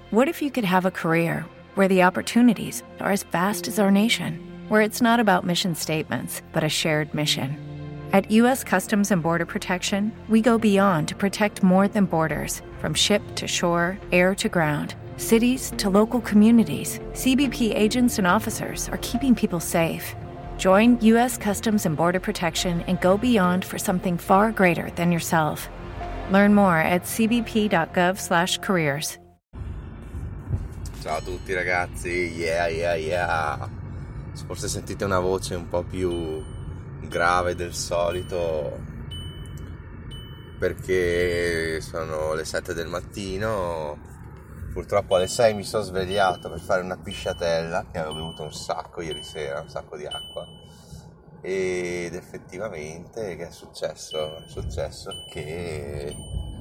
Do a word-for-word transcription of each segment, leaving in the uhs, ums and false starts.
What if you could have a career where the opportunities are as vast as our nation, where it's not about mission statements, but a shared mission? At U S Customs and Border Protection, we go beyond to protect more than borders. From ship to shore, air to ground, cities to local communities, C B P agents and officers are keeping people safe. Join U S Customs and Border Protection and go beyond for something far greater than yourself. Learn more at c b p dot gov slash careers. Ciao a tutti ragazzi, yeah yeah yeah. Forse sentite una voce un po' più grave del solito perché sono le sette del mattino. Purtroppo alle sei mi sono svegliato per fare una pisciatella, che avevo bevuto un sacco ieri sera, un sacco di acqua, ed effettivamente che è successo? È successo che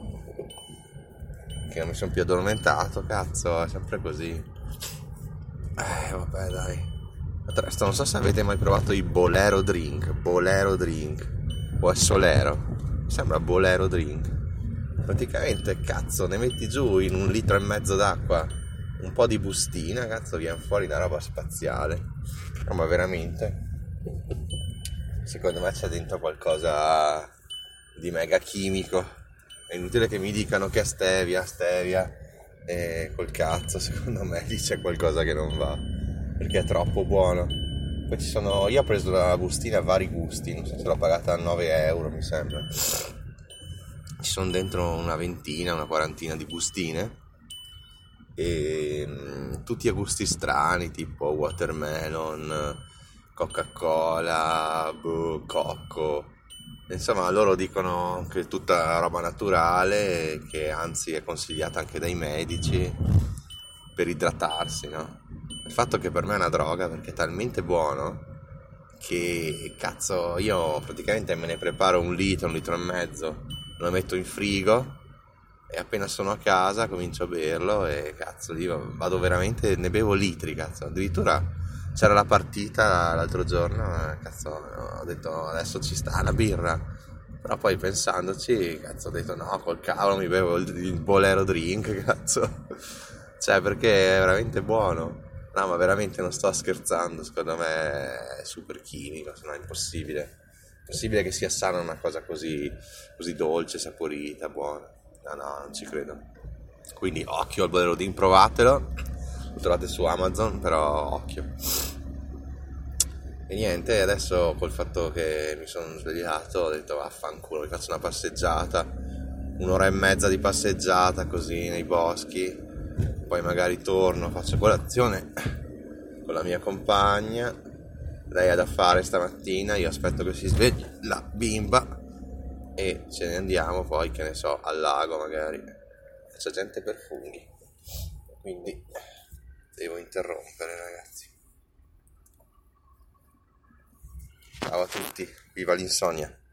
che non mi sono più addormentato, cazzo, è sempre così. Eh vabbè dai. Ma resto non so se avete mai provato i Bolero Drink, Bolero Drink o è Solero, mi sembra Bolero Drink. Praticamente cazzo ne metti giù in un litro e mezzo d'acqua un po' di bustina, cazzo viene fuori una roba spaziale. No, ma veramente secondo me c'è dentro qualcosa di mega chimico. È inutile che mi dicano che è stevia, stevia e col cazzo, secondo me lì c'è qualcosa che non va, perché è troppo buono. Poi ci sono, io ho preso la bustina a vari gusti, non so se l'ho pagata a nove euro mi sembra. Ci sono dentro una ventina, una quarantina di bustine e mh, tutti a gusti strani, tipo watermelon, Coca-Cola, boh, cocco. Insomma, loro dicono che è tutta roba naturale, che anzi è consigliata anche dai medici per idratarsi, no? Il fatto che per me è una droga perché è talmente buono che cazzo io praticamente me ne preparo un litro, un litro e mezzo, lo metto in frigo e appena sono a casa comincio a berlo e cazzo io vado veramente, ne bevo litri, cazzo. Addirittura c'era la partita l'altro giorno, eh, cazzo, ho detto adesso ci sta la birra, però poi pensandoci, cazzo, ho detto no, col cavolo mi bevo il, il Bolero Drink, cazzo, cioè perché è veramente buono, no ma veramente non sto scherzando, secondo me è super chimico, se no è impossibile, impossibile che sia sana una cosa così, così dolce, saporita, buona, no no, non ci credo, quindi occhio al Bolero Drink, provatelo. Lo trovate su Amazon, però occhio. E niente, adesso col fatto che mi sono svegliato ho detto vaffanculo, mi faccio una passeggiata, un'ora e mezza di passeggiata così nei boschi, poi magari torno, faccio colazione con la mia compagna, lei ha da fare stamattina, io aspetto che si svegli la bimba e ce ne andiamo poi, che ne so, al lago magari, c'è gente per funghi, quindi devo interrompere ragazzi. Ciao a tutti, viva l'insonnia.